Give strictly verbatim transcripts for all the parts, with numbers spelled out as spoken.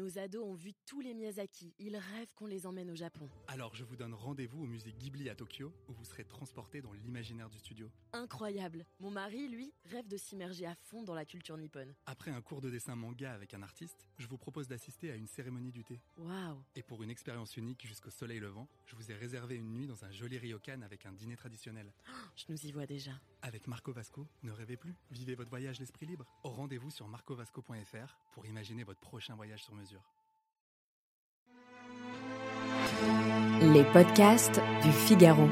Nos ados ont vu tous les Miyazaki. Ils rêvent qu'on les emmène au Japon. Alors je vous donne rendez-vous au musée Ghibli à Tokyo, où vous serez transportés dans l'imaginaire du studio. Incroyable. Mon mari, lui, rêve de s'immerger à fond dans la culture nippone. Après un cours de dessin manga avec un artiste, je vous propose d'assister à une cérémonie du thé. Waouh. Et pour une expérience unique jusqu'au soleil levant, je vous ai réservé une nuit dans un joli ryokan avec un dîner traditionnel. Oh, je nous y vois déjà. Avec Marco Vasco, ne rêvez plus, vivez votre voyage l'esprit libre. Au rendez-vous sur marco vasco point f r pour imaginer votre prochain voyage sur mesure. Les podcasts du Figaro.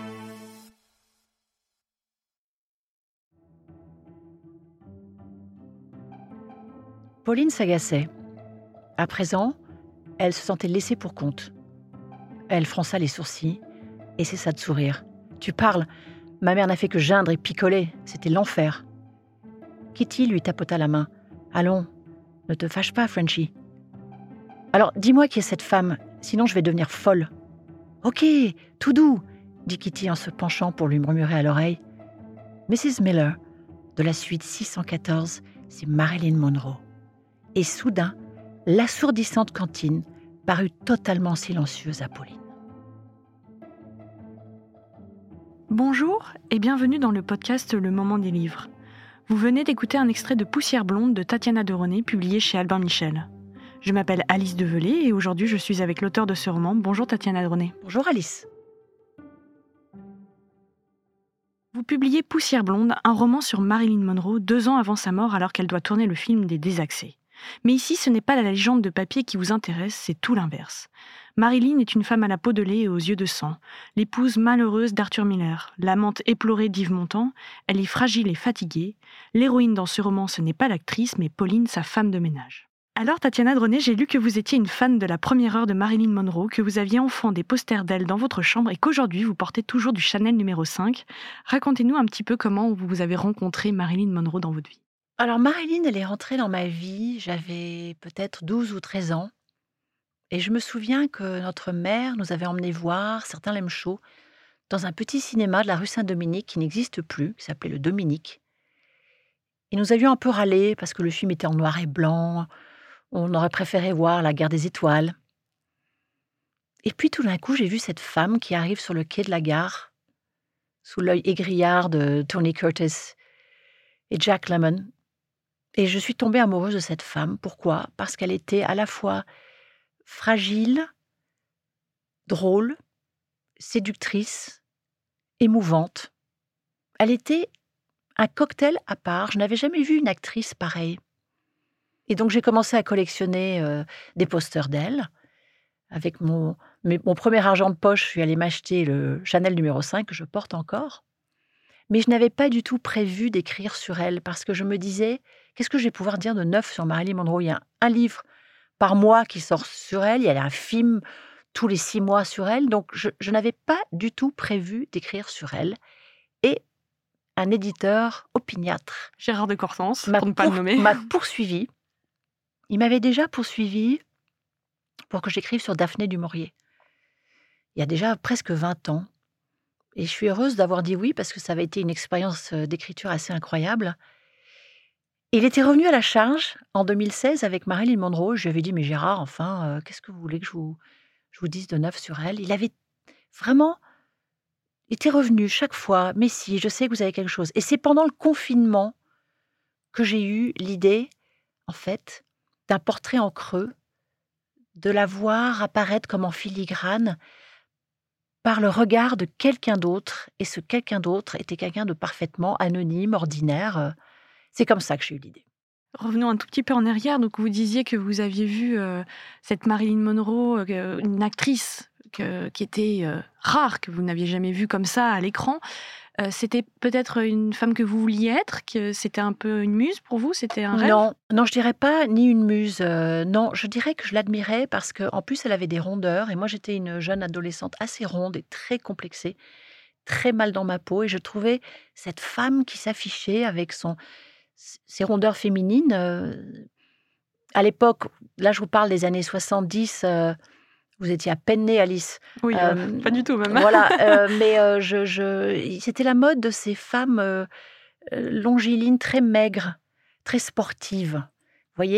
Pauline s'agaçait. À présent, elle se sentait laissée pour compte. Elle fronça les sourcils et cessa de sourire. « Tu parles, ma mère n'a fait que geindre et picoler, c'était l'enfer. » Kitty lui tapota la main. « Allons, ne te fâche pas, Frenchie. »« Alors, dis-moi qui est cette femme, sinon je vais devenir folle. »« Ok, tout doux, » dit Kitty en se penchant pour lui murmurer à l'oreille. missus Miller, de la suite six cent quatorze, c'est Marilyn Monroe. Et soudain, l'assourdissante cantine parut totalement silencieuse à Pauline. Bonjour et bienvenue dans le podcast Le Moment des livres. Vous venez d'écouter un extrait de Poussière blonde de Tatiana Doronet, publié chez Albin Michel. Je m'appelle Alice Develay et aujourd'hui je suis avec l'auteur de ce roman. Bonjour Tatiana Doronet. Bonjour Alice. Vous publiez Poussière blonde, un roman sur Marilyn Monroe deux ans avant sa mort alors qu'elle doit tourner le film des Désaxés. Mais ici, ce n'est pas la légende de papier qui vous intéresse, c'est tout l'inverse. Marilyn est une femme à la peau de lait et aux yeux de sang, l'épouse malheureuse d'Arthur Miller, l'amante éplorée d'Yves Montand, elle est fragile et fatiguée. L'héroïne dans ce roman, ce n'est pas l'actrice, mais Pauline, sa femme de ménage. Alors, Tatiana Doronet, j'ai lu que vous étiez une fan de la première heure de Marilyn Monroe, que vous aviez enfant des posters d'elle dans votre chambre et qu'aujourd'hui, vous portez toujours du Chanel numéro cinq. Racontez-nous un petit peu comment vous avez rencontré Marilyn Monroe dans votre vie. Alors Marilyn, elle est rentrée dans ma vie, j'avais peut-être douze ou treize ans. Et je me souviens que notre mère nous avait emmenés voir certains Lem Show dans un petit cinéma de la rue Saint-Dominique qui n'existe plus, qui s'appelait le Dominique. Et nous avions un peu râlé parce que le film était en noir et blanc, on aurait préféré voir La Guerre des Étoiles. Et puis tout d'un coup, j'ai vu cette femme qui arrive sur le quai de la gare, sous l'œil égrillard de Tony Curtis et Jack Lemmon. Et je suis tombée amoureuse de cette femme. Pourquoi ? Parce qu'elle était à la fois fragile, drôle, séductrice, émouvante. Elle était un cocktail à part. Je n'avais jamais vu une actrice pareille. Et donc j'ai commencé à collectionner euh, des posters d'elle. Avec mon, mes, mon premier argent de poche, je suis allée m'acheter le Chanel numéro cinq que je porte encore. Mais je n'avais pas du tout prévu d'écrire sur elle parce que je me disais, qu'est-ce que je vais pouvoir dire de neuf sur Marilyn Monroe ? Il y a un livre par mois qui sort sur elle, il y a un film tous les six mois sur elle, donc je, je n'avais pas du tout prévu d'écrire sur elle. Et un éditeur opiniâtre, Gérard de Cortance, m'a pour ne pas pour- le nommer. m'a poursuivi. Il m'avait déjà poursuivi pour que j'écrive sur Daphné du Maurier. Il y a déjà presque vingt ans. Et je suis heureuse d'avoir dit oui parce que ça avait été une expérience d'écriture assez incroyable. Et il était revenu à la charge en deux mille seize avec Marilyn Monroe. Je lui avais dit, mais Gérard, enfin, euh, qu'est-ce que vous voulez que je vous, je vous dise de neuf sur elle ? Il avait vraiment été revenu chaque fois. Mais si, je sais que vous avez quelque chose. Et c'est pendant le confinement que j'ai eu l'idée, en fait, d'un portrait en creux, de la voir apparaître comme en filigrane par le regard de quelqu'un d'autre, et ce quelqu'un d'autre était quelqu'un de parfaitement anonyme, ordinaire. C'est comme ça que j'ai eu l'idée. Revenons un tout petit peu en arrière. Donc, vous disiez que vous aviez vu euh, cette Marilyn Monroe, euh, une actrice que- qui était euh, rare, que vous n'aviez jamais vue comme ça à l'écran. Euh, c'était peut-être une femme que vous vouliez être, que c'était un peu une muse pour vous, c'était un rêve. Non, non, je dirais pas ni une muse. euh, non, je dirais que je l'admirais parce qu'en plus, elle avait des rondeurs. Et moi, j'étais une jeune adolescente assez ronde et très complexée, très mal dans ma peau. Et je trouvais cette femme qui s'affichait avec son, ses rondeurs féminines. euh, à l'époque, là, je vous parle des années soixante-dix. euh, vous étiez à peine née, Alice. Oui, euh, Euh, pas du tout même. Voilà, euh, mais euh, je, je, c'était la mode de ces femmes euh, euh, longilines, très maigres, très sportives. Vous voyez ?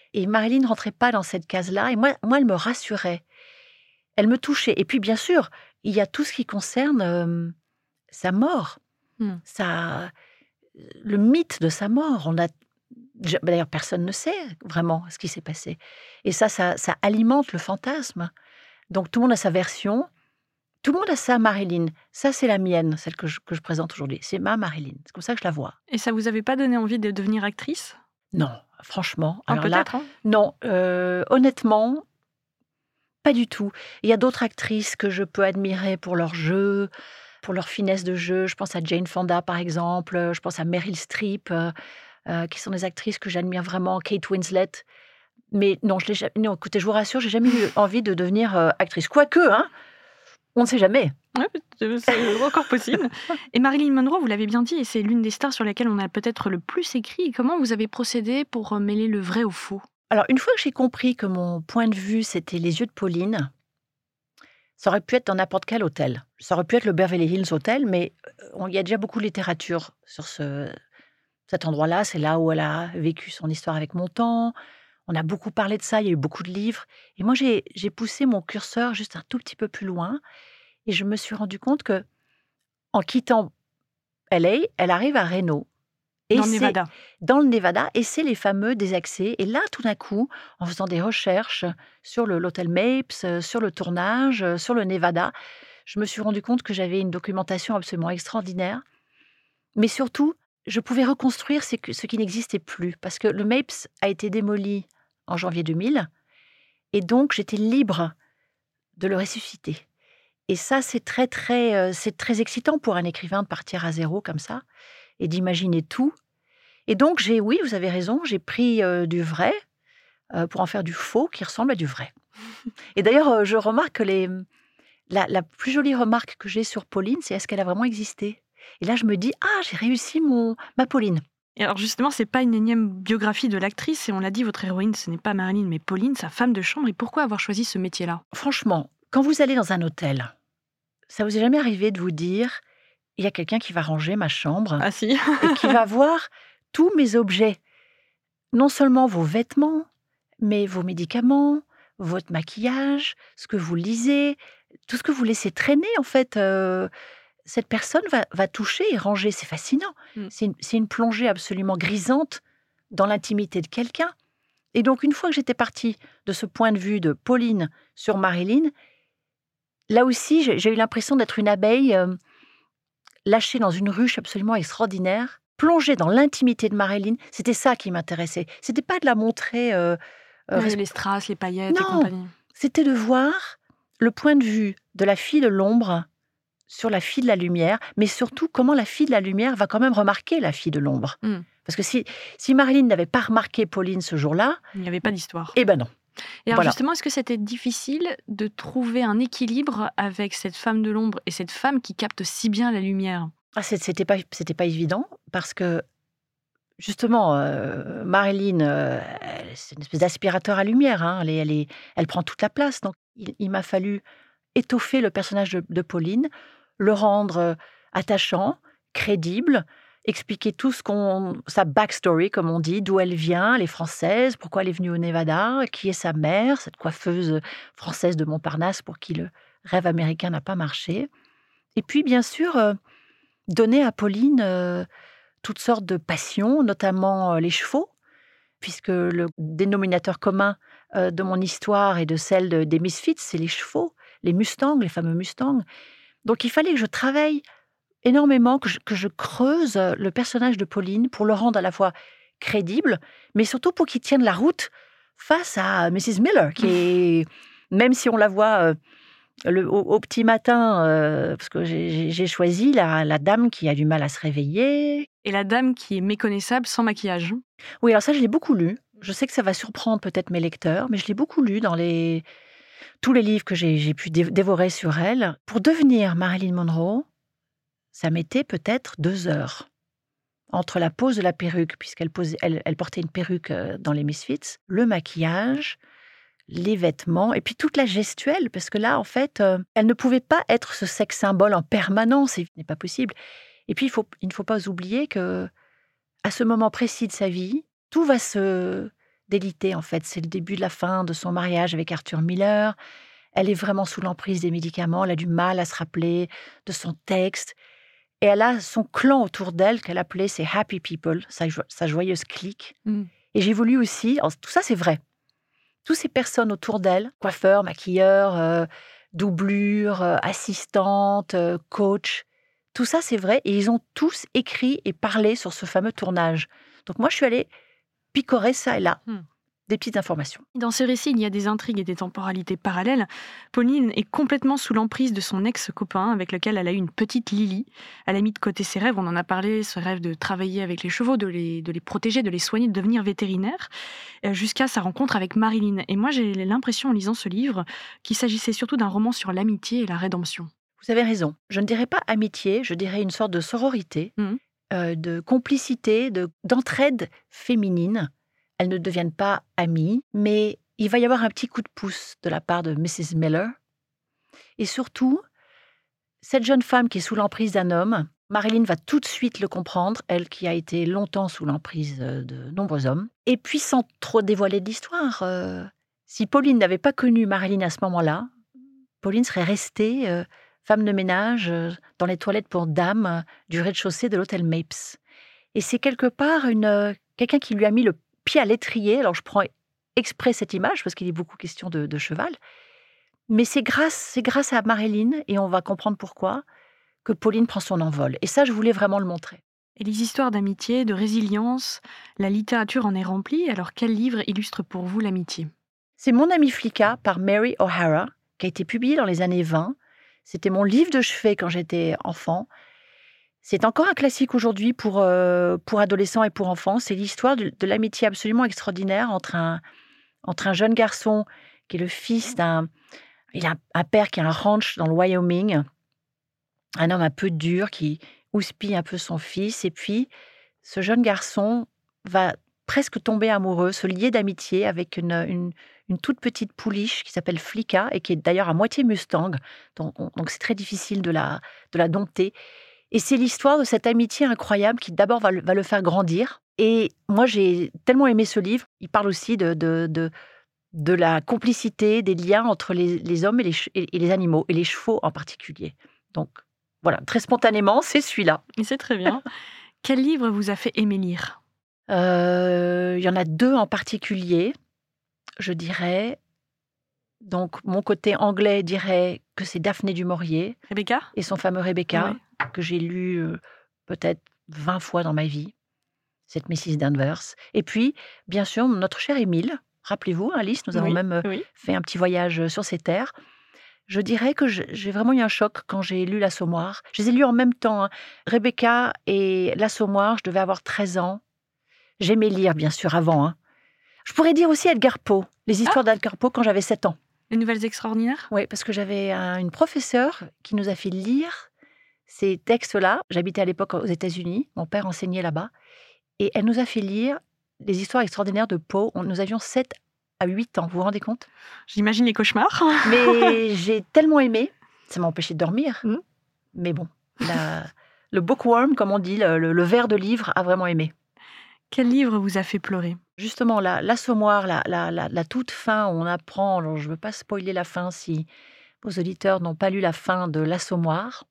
Et Marilyn ne rentrait pas dans cette case-là. Et moi, moi, elle me rassurait. Elle me touchait. Et puis, bien sûr, il y a tout ce qui concerne euh, sa mort. Mm. Sa, le mythe de sa mort. On a, d'ailleurs, personne ne sait vraiment ce qui s'est passé. Et ça, ça, ça alimente le fantasme. Donc, tout le monde a sa version. Tout le monde a sa Marilyn. Ça, c'est la mienne, celle que je, que je présente aujourd'hui. C'est ma Marilyn. C'est comme ça que je la vois. Et ça vous avait pas donné envie de devenir actrice ? Non, franchement. Ah, Alors là, peut-être, hein. non, euh, honnêtement, pas du tout. Il y a d'autres actrices que je peux admirer pour leur jeu, pour leur finesse de jeu. Je pense à Jane Fonda, par exemple. Je pense à Meryl Streep, euh, euh, qui sont des actrices que j'admire vraiment. Kate Winslet. Mais non, je l'ai jamais... non, écoutez, je vous rassure, j'ai jamais eu envie de devenir euh, actrice. Quoique, hein, on ne sait jamais. Ouais, c'est encore possible. Et Marilyn Monroe, vous l'avez bien dit, et c'est l'une des stars sur lesquelles on a peut-être le plus écrit. Comment vous avez procédé pour mêler le vrai au faux ? Alors, une fois que j'ai compris que mon point de vue, c'était les yeux de Pauline, ça aurait pu être dans n'importe quel hôtel. Ça aurait pu être le Beverly Hills Hotel, mais il y a déjà beaucoup de littérature sur ce, cet endroit-là. C'est là où elle a vécu son histoire avec Montand. On a beaucoup parlé de ça, il y a eu beaucoup de livres. Et moi, j'ai, j'ai poussé mon curseur juste un tout petit peu plus loin. Et je me suis rendu compte que, en quittant L A, elle arrive à Reno. Et Dans le c'est Nevada. dans le Nevada, et c'est les fameux désaccès. Et là, tout d'un coup, en faisant des recherches sur le, l'hôtel Mapes, sur le tournage, sur le Nevada, je me suis rendu compte que j'avais une documentation absolument extraordinaire. Mais surtout, je pouvais reconstruire ce, que, ce qui n'existait plus. Parce que le Mapes a été démoli en janvier deux mille. Et donc, j'étais libre de le ressusciter. Et ça, c'est très, très, euh, c'est très excitant pour un écrivain de partir à zéro comme ça et d'imaginer tout. Et donc, j'ai, oui, vous avez raison, j'ai pris euh, du vrai euh, pour en faire du faux qui ressemble à du vrai. Et d'ailleurs, euh, je remarque que les, la, la plus jolie remarque que j'ai sur Pauline, c'est est-ce qu'elle a vraiment existé ? Et là, je me dis, ah, j'ai réussi mon, ma Pauline. Et alors justement, c'est pas une énième biographie de l'actrice, et on l'a dit, votre héroïne, ce n'est pas Marilyn, mais Pauline, sa femme de chambre. Et pourquoi avoir choisi ce métier-là ? Franchement, quand vous allez dans un hôtel, ça vous est jamais arrivé de vous dire, il y a quelqu'un qui va ranger ma chambre Ah si. et qui va voir tous mes objets, non seulement vos vêtements, mais vos médicaments, votre maquillage, ce que vous lisez, tout ce que vous laissez traîner, en fait. Euh, cette personne va, va toucher et ranger. C'est fascinant. Mm. C'est une, c'est une plongée absolument grisante dans l'intimité de quelqu'un. Et donc, une fois que j'étais partie de ce point de vue de Pauline sur Marilyn, là aussi, j'ai, j'ai eu l'impression d'être une abeille euh, lâchée dans une ruche absolument extraordinaire, plongée dans l'intimité de Marilyn. C'était ça qui m'intéressait. C'était pas de la montrer... Euh, euh, Ouais, les strass, les paillettes et non, compagnie. c'était de voir le point de vue de la fille de l'ombre sur la fille de la lumière, mais surtout comment la fille de la lumière va quand même remarquer la fille de l'ombre. Mm. Parce que si, si Marilyn n'avait pas remarqué Pauline ce jour-là, Il n'y avait pas d'histoire. eh ben non. Et alors Voilà. justement, est-ce que c'était difficile de trouver un équilibre avec cette femme de l'ombre et cette femme qui capte si bien la lumière ? Ah, c'est- c'était pas, c'était pas évident, parce que justement, euh, Marilyn, euh, elle- c'est une espèce d'aspirateur à lumière, hein, elle, est- elle, est- elle prend toute la place. Donc, il, il m'a fallu étoffer le personnage de, de Pauline, le rendre euh, attachant, crédible, expliquer tout ce qu'on... sa backstory, comme on dit, d'où elle vient, elle est française, pourquoi elle est venue au Nevada, qui est sa mère, cette coiffeuse française de Montparnasse pour qui le rêve américain n'a pas marché. Et puis, bien sûr, euh, donner à Pauline euh, toutes sortes de passions, notamment euh, les chevaux, puisque le dénominateur commun euh, de mon histoire et de celle de- des Misfits, c'est les chevaux, les Mustangs, les fameux Mustangs. Donc, il fallait que je travaille énormément, que je, que je creuse euh, le personnage de Pauline pour le rendre à la fois crédible, mais surtout pour qu'il tienne la route face à missus Miller, qui est, même si on la voit euh, le- au, au petit matin, euh, parce que j'ai, j'ai- j'ai choisi la, la dame qui a du mal à se réveiller. Et la dame qui est méconnaissable sans maquillage. Oui, alors ça, je l'ai beaucoup lu. Je sais que ça va surprendre peut-être mes lecteurs, mais je l'ai beaucoup lu dans les... tous les livres que j'ai, j'ai pu dé- dévorer sur elle. Pour devenir Marilyn Monroe, ça mettait peut-être deux heures entre la pose de la perruque, puisqu'elle posait, elle, elle portait une perruque euh, dans les Misfits, le maquillage, les vêtements, et puis toute la gestuelle, parce que là, en fait, euh, elle ne pouvait pas être ce sexe symbole en permanence, et ce n'est pas possible. Et puis, il, faut, il ne faut pas oublier que, à ce moment précis de sa vie, tout va se délité, en fait. C'est le début de la fin de son mariage avec Arthur Miller. Elle est vraiment sous l'emprise des médicaments. Elle a du mal à se rappeler de son texte. Et elle a son clan autour d'elle qu'elle appelait ses happy people, sa, jo- sa joyeuse clique. Mm. Et j'ai voulu aussi, alors, tout ça c'est vrai, toutes ces personnes autour d'elle, coiffeurs, maquilleurs, euh, doublures, euh, assistantes, euh, coachs, tout ça c'est vrai. Et ils ont tous écrit et parlé sur ce fameux tournage. Donc moi je suis allée picorer ça et là, Mm. des petites informations. Dans ce récit, il y a des intrigues et des temporalités parallèles. Pauline est complètement sous l'emprise de son ex-copain avec lequel elle a eu une petite Lily. Elle a mis de côté ses rêves, on en a parlé, ce rêve de travailler avec les chevaux, de les, de les protéger, de les soigner, de devenir vétérinaire, euh, jusqu'à sa rencontre avec Marilyn. Et moi, j'ai l'impression en lisant ce livre qu'il s'agissait surtout d'un roman sur l'amitié et la rédemption. Vous avez raison. Je ne dirais pas amitié, je dirais une sorte de sororité, Mhm. euh, de complicité, de, d'entraide féminine. Elles ne deviennent pas amies, mais il va y avoir un petit coup de pouce de la part de missus Miller. Et surtout, cette jeune femme qui est sous l'emprise d'un homme, Marilyn va tout de suite le comprendre, elle qui a été longtemps sous l'emprise euh, de nombreux hommes. Et puis, sans trop dévoiler de l'histoire, euh, si Pauline n'avait pas connu Marilyn à ce moment-là, Pauline serait restée euh, femme de ménage euh, dans les toilettes pour dames euh, du rez-de-chaussée de l'hôtel Mapes. Et c'est quelque part une, euh, quelqu'un qui lui a mis le pied à l'étrier. Alors je prends exprès cette image parce qu'il est beaucoup question de, de cheval. Mais c'est grâce, c'est grâce à Marilyn, et on va comprendre pourquoi, que Pauline prend son envol. Et ça, je voulais vraiment le montrer. Et les histoires d'amitié, de résilience, la littérature en est remplie. Alors quel livre illustre pour vous l'amitié ? C'est Mon ami Flicka par Mary O'Hara, qui a été publié dans les années vingt. C'était mon livre de chevet quand j'étais enfant. C'est encore un classique aujourd'hui pour, euh, pour adolescents et pour enfants. C'est l'histoire de, de l'amitié absolument extraordinaire entre un, entre un jeune garçon qui est le fils d'un... Il a un, un père qui a un ranch dans le Wyoming, un homme un peu dur qui houspille un peu son fils. Et puis, ce jeune garçon va presque tomber amoureux, se lier d'amitié avec une, une, une toute petite pouliche qui s'appelle Flicka et qui est d'ailleurs à moitié Mustang. Donc, on- donc c'est très difficile de la, de la dompter. Et c'est l'histoire de cette amitié incroyable qui d'abord va le, va le faire grandir. Et moi, j'ai tellement aimé ce livre. Il parle aussi de, de, de, de la complicité, des liens entre les, les hommes et les, ch- et et les animaux, et les chevaux en particulier. Donc, voilà, très spontanément, c'est celui-là. Et c'est très bien. Quel livre vous a fait aimer lire ? Euh, Il y en a deux en particulier, je dirais. Donc, mon côté anglais dirait que c'est Daphné du Maurier Rebecca ? et son fameux Rebecca, Ouais. que j'ai lu euh, peut-être vingt fois dans ma vie, cette missus Danvers. Et puis, bien sûr, notre cher Émile. Rappelez-vous, Alice, nous avons Oui, même euh, oui. fait un petit voyage sur ces terres. Je dirais que je- j'ai vraiment eu un choc quand j'ai lu L'Assommoir. Je les ai lus en même temps, hein. Rebecca et L'Assommoir, je devais avoir treize ans. J'aimais lire, bien sûr, avant, hein. Je pourrais dire aussi Edgar Poe, les histoires d'Edgar Poe quand j'avais sept ans. Les Nouvelles Extraordinaires ? Oui, parce que j'avais un- une professeure qui nous a fait lire ces textes-là. J'habitais à l'époque aux États-Unis, mon père enseignait là-bas, et elle nous a fait lire les histoires extraordinaires de Poe. On- Nous avions sept à huit ans, vous vous rendez compte ? J'imagine les cauchemars. Mais j'ai tellement aimé, ça m'a empêché de dormir. Mm. Mais bon, la- le bookworm, comme on dit, le, le, le ver de livre, a vraiment aimé. Quel livre vous a fait pleurer ? Justement, la- l'Assommoir, la, la, la, la toute fin, où on apprend, alors je ne veux pas spoiler la fin si vos auditeurs n'ont pas lu la fin de L'Assommoir,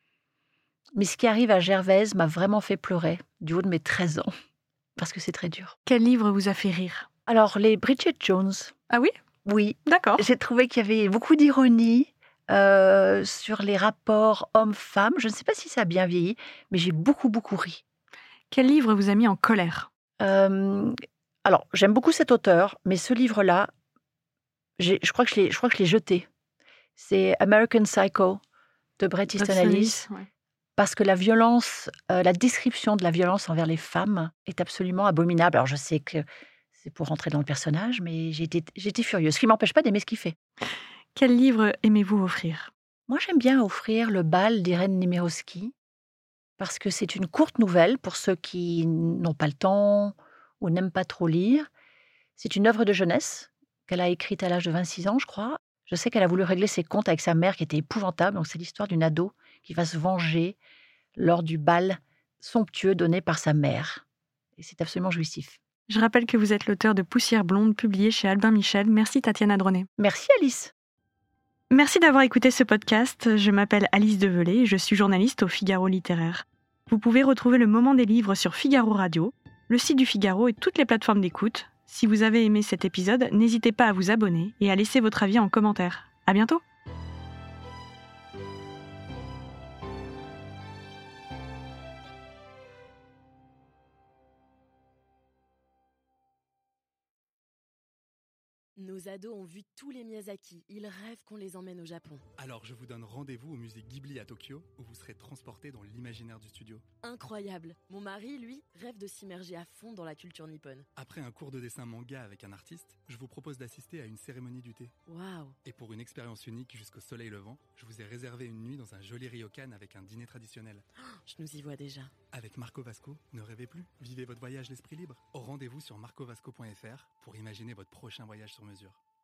mais ce qui arrive à Gervaise m'a vraiment fait pleurer du haut de mes treize ans, parce que c'est très dur. Quel livre vous a fait rire ? Alors, les Bridget Jones, Ah oui ? oui, D'accord. j'ai trouvé qu'il y avait beaucoup d'ironie euh, sur les rapports hommes-femmes. Je ne sais pas si ça a bien vieilli, mais j'ai beaucoup, beaucoup ri. Quel livre vous a mis en colère ? Euh, alors, j'aime beaucoup cet auteur, mais ce livre-là, j'ai- je crois que je l'ai je crois que je l'ai jeté. C'est American Psycho de Bret Easton Ellis, Ouais. parce que la violence, euh, la description de la violence envers les femmes est absolument abominable. Alors, je sais que c'est pour rentrer dans le personnage, mais j'ai été, j'ai été furieuse, ce qui ne m'empêche pas d'aimer ce qu'il fait. Quel livre aimez-vous offrir ? Moi, j'aime bien offrir Le bal d'Irène Nemirovsky, parce que c'est une courte nouvelle pour ceux qui n'ont pas le temps ou n'aiment pas trop lire. C'est une œuvre de jeunesse qu'elle a écrite à l'âge de vingt-six ans, je crois. Je sais qu'elle a voulu régler ses comptes avec sa mère qui était épouvantable. Donc, c'est l'histoire d'une ado qui va se venger lors du bal somptueux donné par sa mère. Et c'est absolument jouissif. Je rappelle que vous êtes l'auteur de Poussière blonde, publié chez Albin Michel. Merci Tatiana Dronet. Merci Alice. Merci d'avoir écouté ce podcast. Je m'appelle Alice Develay et je suis journaliste au Figaro littéraire. Vous pouvez retrouver le moment des livres sur Figaro Radio, le site du Figaro et toutes les plateformes d'écoute. Si vous avez aimé cet épisode, n'hésitez pas à vous abonner et à laisser votre avis en commentaire. À bientôt! Nos ados ont vu tous les Miyazaki. Ils rêvent qu'on les emmène au Japon. Alors je vous donne rendez-vous au musée Ghibli à Tokyo, où vous serez transporté dans l'imaginaire du studio. Incroyable. Mon mari, lui, rêve de s'immerger à fond dans la culture nippone. Après un cours de dessin manga avec un artiste, je vous propose d'assister à une cérémonie du thé. Waouh. Et pour une expérience unique jusqu'au soleil levant, je vous ai réservé une nuit dans un joli ryokan avec un dîner traditionnel. Je nous y vois déjà. Avec Marco Vasco, ne rêvez plus, vivez votre voyage l'esprit libre. Rendez-vous sur marco vasco point f r pour imaginer votre prochain voyage sur mesure.